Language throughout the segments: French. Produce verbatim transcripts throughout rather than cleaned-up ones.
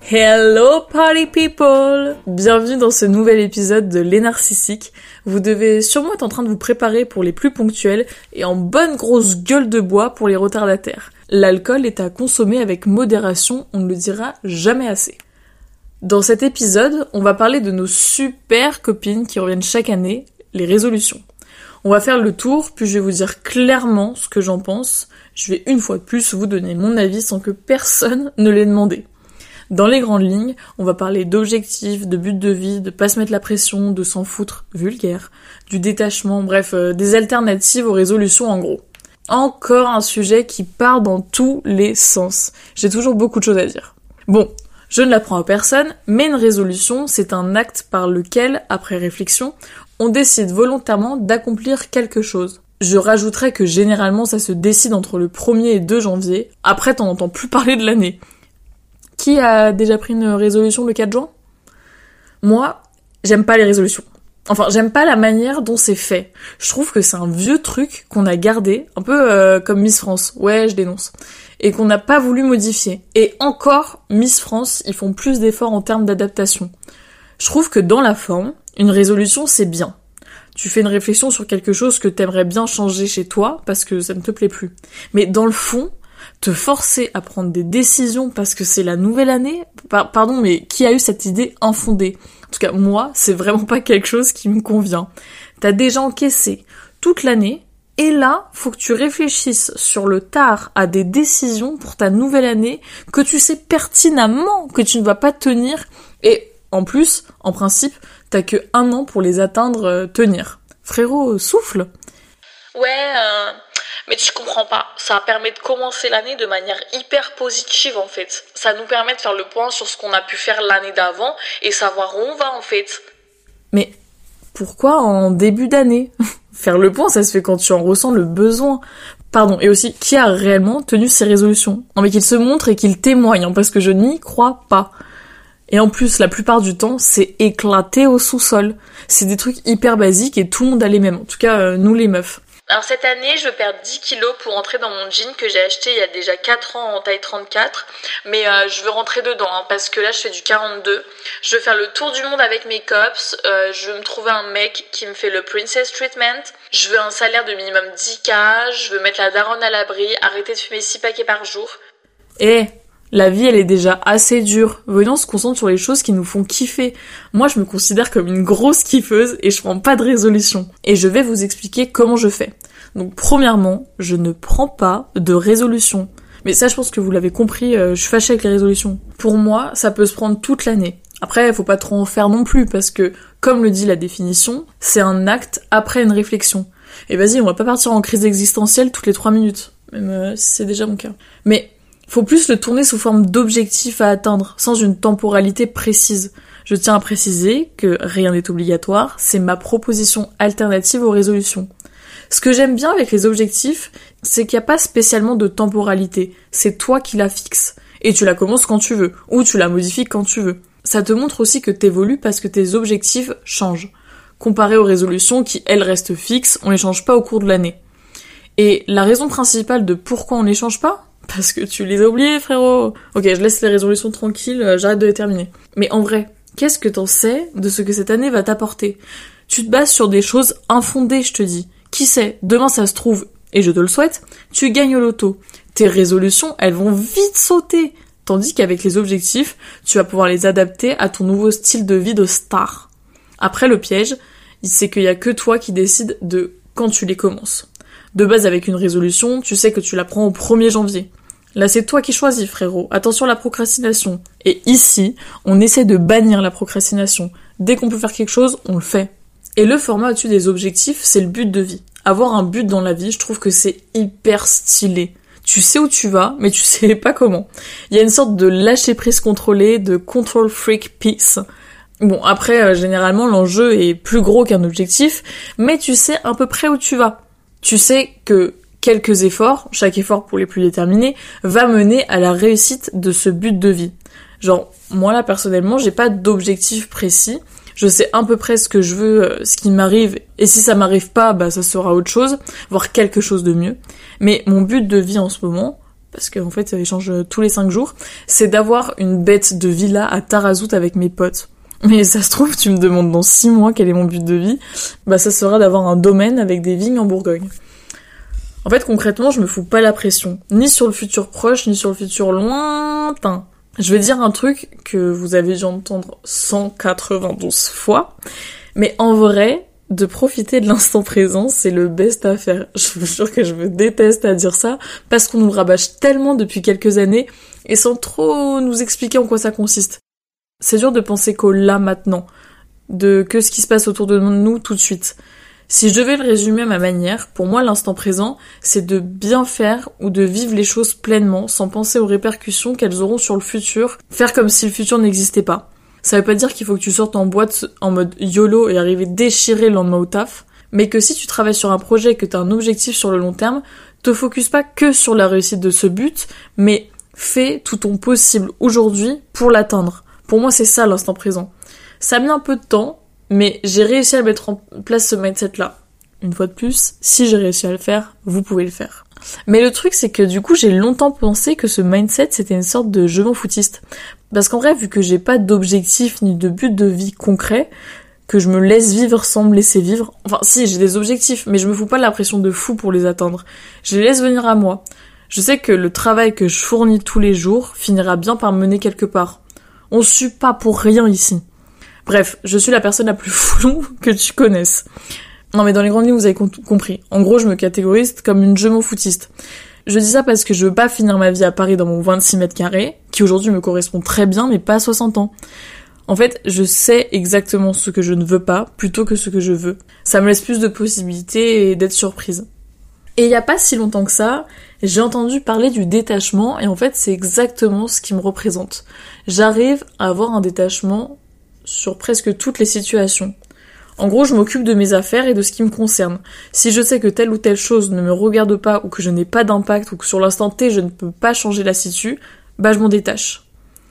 Hello party people! Bienvenue dans ce nouvel épisode de Les Narcissiques. Vous devez sûrement être en train de vous préparer pour les plus ponctuels et en bonne grosse gueule de bois pour les retardataires. L'alcool est à consommer avec modération, on ne le dira jamais assez. Dans cet épisode, on va parler de nos super copines qui reviennent chaque année, les résolutions. On va faire le tour, puis je vais vous dire clairement ce que j'en pense. Je vais une fois de plus vous donner mon avis sans que personne ne l'ait demandé. Dans les grandes lignes, on va parler d'objectifs, de buts de vie, de pas se mettre la pression, de s'en foutre vulgaire, du détachement, bref, euh, des alternatives aux résolutions en gros. Encore un sujet qui part dans tous les sens. J'ai toujours beaucoup de choses à dire. Bon, je ne l'apprends à personne, mais une résolution, c'est un acte par lequel, après réflexion, on décide volontairement d'accomplir quelque chose. Je rajouterais que généralement ça se décide entre le premier et deux janvier, après t'en entends plus parler de l'année. Qui a déjà pris une résolution le quatre juin ? Moi, j'aime pas les résolutions. Enfin, j'aime pas la manière dont c'est fait. Je trouve que c'est un vieux truc qu'on a gardé, un peu euh, comme Miss France. Ouais, je dénonce. Et qu'on n'a pas voulu modifier. Et encore, Miss France, ils font plus d'efforts en termes d'adaptation. Je trouve que dans la forme, une résolution, c'est bien. Tu fais une réflexion sur quelque chose que t'aimerais bien changer chez toi, parce que ça ne te plaît plus. Mais dans le fond, te forcer à prendre des décisions parce que c'est la nouvelle année, par- pardon, mais qui a eu cette idée infondée ? En tout cas, moi, c'est vraiment pas quelque chose qui me convient. T'as déjà encaissé toute l'année, et là, faut que tu réfléchisses sur le tard à des décisions pour ta nouvelle année que tu sais pertinemment que tu ne vas pas tenir, et en plus, en principe, t'as que un an pour les atteindre, euh, tenir. Frérot, euh, souffle. Ouais, euh... mais tu comprends pas, ça permet de commencer l'année de manière hyper positive en fait. Ça nous permet de faire le point sur ce qu'on a pu faire l'année d'avant et savoir où on va en fait. Mais pourquoi en début d'année ? Faire le point, ça se fait quand tu en ressens le besoin. Pardon, et aussi, qui a réellement tenu ses résolutions ? Non mais qu'il se montre et qu'il témoigne, hein, parce que je n'y crois pas. Et en plus, la plupart du temps, c'est éclaté au sous-sol. C'est des trucs hyper basiques et tout le monde a les mêmes. En tout cas, euh, nous les meufs. Alors cette année, je veux perdre dix kilos pour rentrer dans mon jean que j'ai acheté il y a déjà quatre ans en taille trente-quatre. Mais euh, je veux rentrer dedans hein, parce que là, je fais du quarante-deux. Je veux faire le tour du monde avec mes cops. Euh, je veux me trouver un mec qui me fait le princess treatment. Je veux un salaire de minimum dix mille. Je veux mettre la daronne à l'abri. Arrêter de fumer six paquets par jour. Eh, la vie, elle est déjà assez dure. Venons se concentrer sur les choses qui nous font kiffer. Moi, je me considère comme une grosse kiffeuse et je prends pas de résolution. Et je vais vous expliquer comment je fais. Donc, premièrement, je ne prends pas de résolution. Mais ça, je pense que vous l'avez compris, euh, je suis fâchée avec les résolutions. Pour moi, ça peut se prendre toute l'année. Après, faut pas trop en faire non plus parce que, comme le dit la définition, c'est un acte après une réflexion. Et vas-y, on va pas partir en crise existentielle toutes les trois minutes. Même euh, si c'est déjà mon cas. Mais faut plus le tourner sous forme d'objectif à atteindre, sans une temporalité précise. Je tiens à préciser que rien n'est obligatoire, c'est ma proposition alternative aux résolutions. Ce que j'aime bien avec les objectifs, c'est qu'il n'y a pas spécialement de temporalité, c'est toi qui la fixes. Et tu la commences quand tu veux, ou tu la modifies quand tu veux. Ça te montre aussi que t'évolues parce que tes objectifs changent. Comparé aux résolutions qui, elles, restent fixes, on les change pas au cours de l'année. Et la raison principale de pourquoi on les change pas ? Parce que tu les as oubliés, frérot. Ok, je laisse les résolutions tranquilles, euh, j'arrête de les terminer. Mais en vrai, qu'est-ce que t'en sais de ce que cette année va t'apporter ? Tu te bases sur des choses infondées, je te dis. Qui sait, demain ça se trouve, et je te le souhaite, tu gagnes au loto. Tes résolutions, elles vont vite sauter. Tandis qu'avec les objectifs, tu vas pouvoir les adapter à ton nouveau style de vie de star. Après, le piège, c'est qu'il y a que toi qui décides de quand tu les commences. De base, avec une résolution, tu sais que tu la prends au premier janvier. Là, c'est toi qui choisis, frérot. Attention à la procrastination. Et ici, on essaie de bannir la procrastination. Dès qu'on peut faire quelque chose, on le fait. Et le format au-dessus des objectifs, c'est le but de vie. Avoir un but dans la vie, je trouve que c'est hyper stylé. Tu sais où tu vas, mais tu sais pas comment. Il y a une sorte de lâcher-prise contrôlé, de control freak peace. Bon, après, euh, généralement, l'enjeu est plus gros qu'un objectif, mais tu sais à peu près où tu vas. Tu sais que quelques efforts, chaque effort pour les plus déterminés, va mener à la réussite de ce but de vie. Genre, moi là, personnellement, j'ai pas d'objectif précis. Je sais à peu près ce que je veux, ce qui m'arrive, et si ça m'arrive pas, bah ça sera autre chose, voire quelque chose de mieux. Mais mon but de vie en ce moment, parce qu'en fait, ils changent tous les cinq jours, c'est d'avoir une bête de villa à Tarazout avec mes potes. Mais ça se trouve, tu me demandes dans six mois quel est mon but de vie, bah ça sera d'avoir un domaine avec des vignes en Bourgogne. En fait, concrètement, je me fous pas la pression, ni sur le futur proche, ni sur le futur lointain. Je vais dire un truc que vous avez dû entendre cent quatre-vingt-douze fois, mais en vrai, de profiter de l'instant présent, c'est le best à faire. Je vous jure que je me déteste à dire ça, parce qu'on nous le rabâche tellement depuis quelques années, et sans trop nous expliquer en quoi ça consiste. C'est dur de penser qu'au là maintenant, de que ce qui se passe autour de nous tout de suite. Si je devais le résumer à ma manière, pour moi l'instant présent, c'est de bien faire ou de vivre les choses pleinement, sans penser aux répercussions qu'elles auront sur le futur, faire comme si le futur n'existait pas. Ça veut pas dire qu'il faut que tu sortes en boîte en mode YOLO et arriver déchiré le lendemain au taf, mais que si tu travailles sur un projet et que t'as un objectif sur le long terme, te focus pas que sur la réussite de ce but, mais fais tout ton possible aujourd'hui pour l'atteindre. Pour moi, c'est ça l'instant présent. Ça a mis un peu de temps, mais j'ai réussi à mettre en place ce mindset-là. Une fois de plus, si j'ai réussi à le faire, vous pouvez le faire. Mais le truc, c'est que du coup, j'ai longtemps pensé que ce mindset, c'était une sorte de je m'en foutiste. Parce qu'en vrai, vu que j'ai pas d'objectif ni de but de vie concret, que je me laisse vivre sans me laisser vivre, enfin si, j'ai des objectifs, mais je me fous pas de la pression de fou pour les atteindre. Je les laisse venir à moi. Je sais que le travail que je fournis tous les jours finira bien par me mener quelque part. On sue pas pour rien ici. Bref, je suis la personne la plus floue que tu connaisses. Non mais dans les grandes lignes, vous avez com- compris. En gros, je me catégorise comme une je m'en foutiste. Je dis ça parce que je veux pas finir ma vie à Paris dans mon vingt-six mètres carrés, qui aujourd'hui me correspond très bien, mais pas à soixante ans. En fait, je sais exactement ce que je ne veux pas, plutôt que ce que je veux. Ça me laisse plus de possibilités et d'être surprise. Et il y a pas si longtemps que ça, j'ai entendu parler du détachement, et en fait, c'est exactement ce qui me représente. J'arrive à avoir un détachement sur presque toutes les situations. En gros, je m'occupe de mes affaires et de ce qui me concerne. Si je sais que telle ou telle chose ne me regarde pas, ou que je n'ai pas d'impact, ou que sur l'instant T, je ne peux pas changer la situ, bah je m'en détache.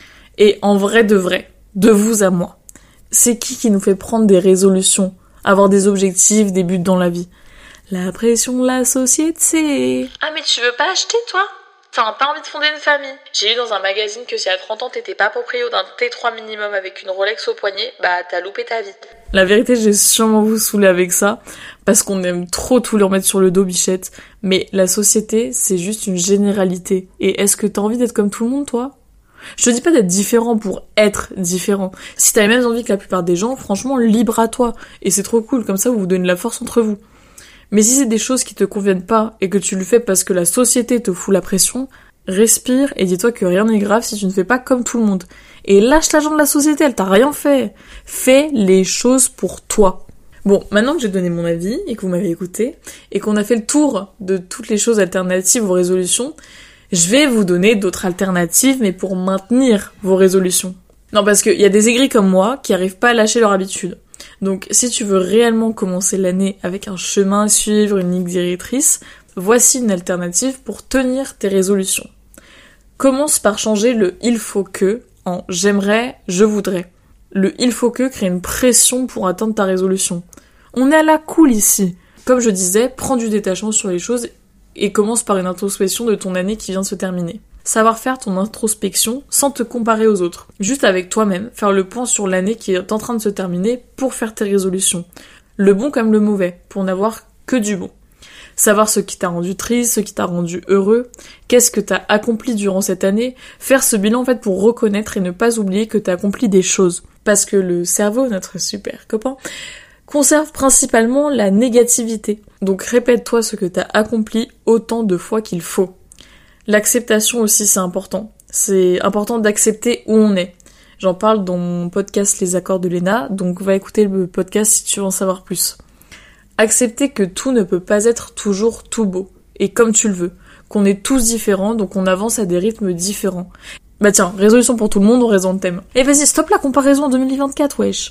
Et en vrai de vrai, de vous à moi, c'est qui qui nous fait prendre des résolutions, avoir des objectifs, des buts dans la vie? La pression de la société. Ah mais tu veux pas acheter toi ? T'as pas envie de fonder une famille ? J'ai lu dans un magazine que si à trente ans t'étais pas proprio d'un T trois minimum avec une Rolex au poignet, bah t'as loupé ta vie. La vérité, j'ai sûrement vous saouler avec ça, parce qu'on aime trop tout leur mettre sur le dos, bichette. Mais la société, c'est juste une généralité. Et est-ce que t'as envie d'être comme tout le monde, toi ? Je te dis pas d'être différent pour être différent. Si t'as les mêmes envies que la plupart des gens, franchement, libre à toi. Et c'est trop cool, comme ça vous vous donnez la force entre vous. Mais si c'est des choses qui te conviennent pas et que tu le fais parce que la société te fout la pression, respire et dis-toi que rien n'est grave si tu ne fais pas comme tout le monde. Et lâche l'agent de la société, elle t'a rien fait. Fais les choses pour toi. Bon, maintenant que j'ai donné mon avis et que vous m'avez écouté et qu'on a fait le tour de toutes les choses alternatives aux résolutions, je vais vous donner d'autres alternatives mais pour maintenir vos résolutions. Non, parce qu'il y a des aigris comme moi qui arrivent pas à lâcher leur habitude. Donc, si tu veux réellement commencer l'année avec un chemin à suivre, une ligne directrice, voici une alternative pour tenir tes résolutions. Commence par changer le « il faut que » en « j'aimerais, je voudrais ». Le « il faut que » crée une pression pour atteindre ta résolution. On est à la cool ici. Comme je disais, prends du détachement sur les choses et commence par une introspection de ton année qui vient de se terminer. Savoir faire ton introspection sans te comparer aux autres. Juste avec toi-même, faire le point sur l'année qui est en train de se terminer pour faire tes résolutions. Le bon comme le mauvais, pour n'avoir que du bon. Savoir ce qui t'a rendu triste, ce qui t'a rendu heureux, qu'est-ce que t'as accompli durant cette année, faire ce bilan en fait pour reconnaître et ne pas oublier que t'as accompli des choses. Parce que le cerveau, notre super copain, conserve principalement la négativité. Donc répète-toi ce que t'as accompli autant de fois qu'il faut. L'acceptation aussi, c'est important. C'est important d'accepter où on est. J'en parle dans mon podcast Les Accords de Léna, donc va écouter le podcast si tu veux en savoir plus. Accepter que tout ne peut pas être toujours tout beau, et comme tu le veux. Qu'on est tous différents, donc on avance à des rythmes différents. Bah tiens, résolution pour tout le monde, on raison de thème. Et vas-y, stop la comparaison en deux mille vingt-quatre, wesh.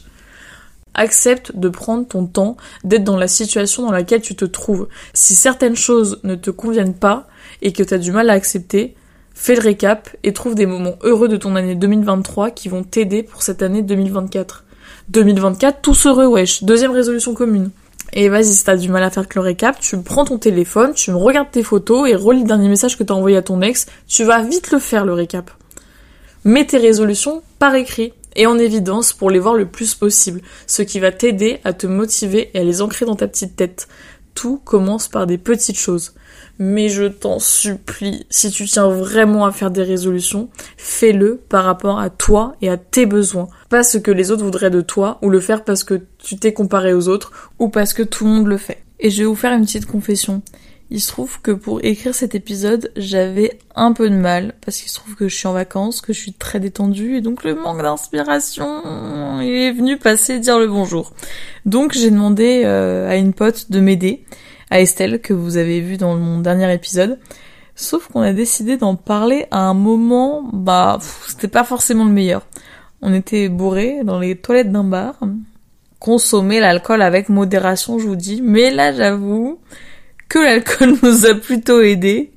Accepte de prendre ton temps, d'être dans la situation dans laquelle tu te trouves. Si certaines choses ne te conviennent pas, et que t'as du mal à accepter, fais le récap et trouve des moments heureux de ton année deux mille vingt-trois qui vont t'aider pour cette année deux mille vingt-quatre. deux mille vingt-quatre, tous heureux, wesh. Deuxième résolution commune. Et vas-y, si t'as du mal à faire que le récap, tu prends ton téléphone, tu me regardes tes photos et relis le dernier message que t'as envoyé à ton ex. Tu vas vite le faire, le récap. Mets tes résolutions par écrit et en évidence pour les voir le plus possible, ce qui va t'aider à te motiver et à les ancrer dans ta petite tête. Tout commence par des petites choses. Mais je t'en supplie, si tu tiens vraiment à faire des résolutions, fais-le par rapport à toi et à tes besoins. Pas ce que les autres voudraient de toi, ou le faire parce que tu t'es comparé aux autres, ou parce que tout le monde le fait. Et je vais vous faire une petite confession. Il se trouve que pour écrire cet épisode, j'avais un peu de mal, parce qu'il se trouve que je suis en vacances, que je suis très détendue, et donc le manque d'inspiration il est venu passer dire le bonjour. Donc j'ai demandé euh, à une pote de m'aider, à Estelle, que vous avez vu dans mon dernier épisode. Sauf qu'on a décidé d'en parler à un moment, bah, pff, c'était pas forcément le meilleur. On était bourrés dans les toilettes d'un bar. Consommer l'alcool avec modération, je vous dis. Mais là, j'avoue que l'alcool nous a plutôt aidés.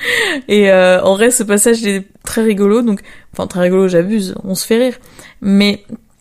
Et euh, en vrai, ce passage est très rigolo. Donc, enfin, très rigolo, j'abuse. On se fait rire. Mais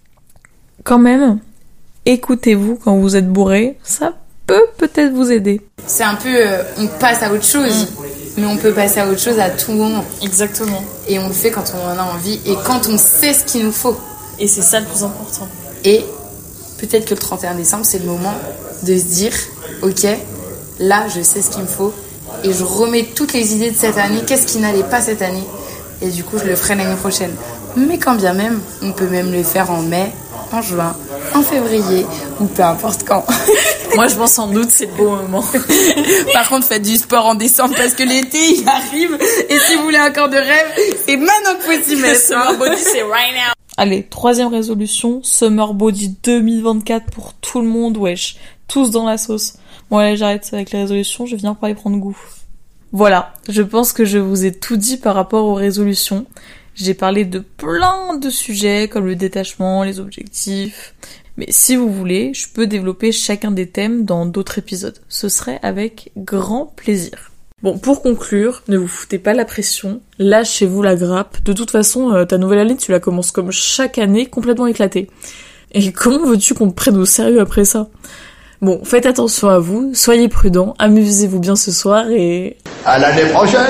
quand même, écoutez-vous quand vous êtes bourrés. Ça peut peut-être vous aider. C'est un peu, euh, on passe à autre chose, mmh. mais on peut passer à autre chose à tout moment. Exactement. Et on le fait quand on en a envie et quand on sait ce qu'il nous faut. Et c'est ça le plus important. Et peut-être que le trente et un décembre, c'est le moment de se dire, ok, là, je sais ce qu'il me faut et je remets toutes les idées de cette année, qu'est-ce qui n'allait pas cette année, et du coup, je le ferai l'année prochaine. Mais quand bien même, on peut même le faire en mai, en juin, en février, ou peu importe quand. Moi, je pense en août, c'est le bon moment. Par contre, faites du sport en décembre parce que l'été, il arrive. Et si vous voulez un corps de rêve, c'est maintenant qu'il faut s'y mettre. Summer body, c'est right now. Allez, troisième résolution, Summer body deux mille vingt-quatre pour tout le monde, wesh. Tous dans la sauce. Bon, allez, j'arrête avec les résolutions, je vais venir par y prendre goût. Voilà, je pense que je vous ai tout dit par rapport aux résolutions. J'ai parlé de plein de sujets comme le détachement, les objectifs. Mais si vous voulez, je peux développer chacun des thèmes dans d'autres épisodes. Ce serait avec grand plaisir. Bon, pour conclure, ne vous foutez pas la pression, lâchez-vous la grappe. De toute façon, euh, ta nouvelle année, tu la commences comme chaque année, complètement éclatée. Et comment veux-tu qu'on te prenne au sérieux après ça ? Bon, faites attention à vous, soyez prudents, amusez-vous bien ce soir et... À l'année prochaine !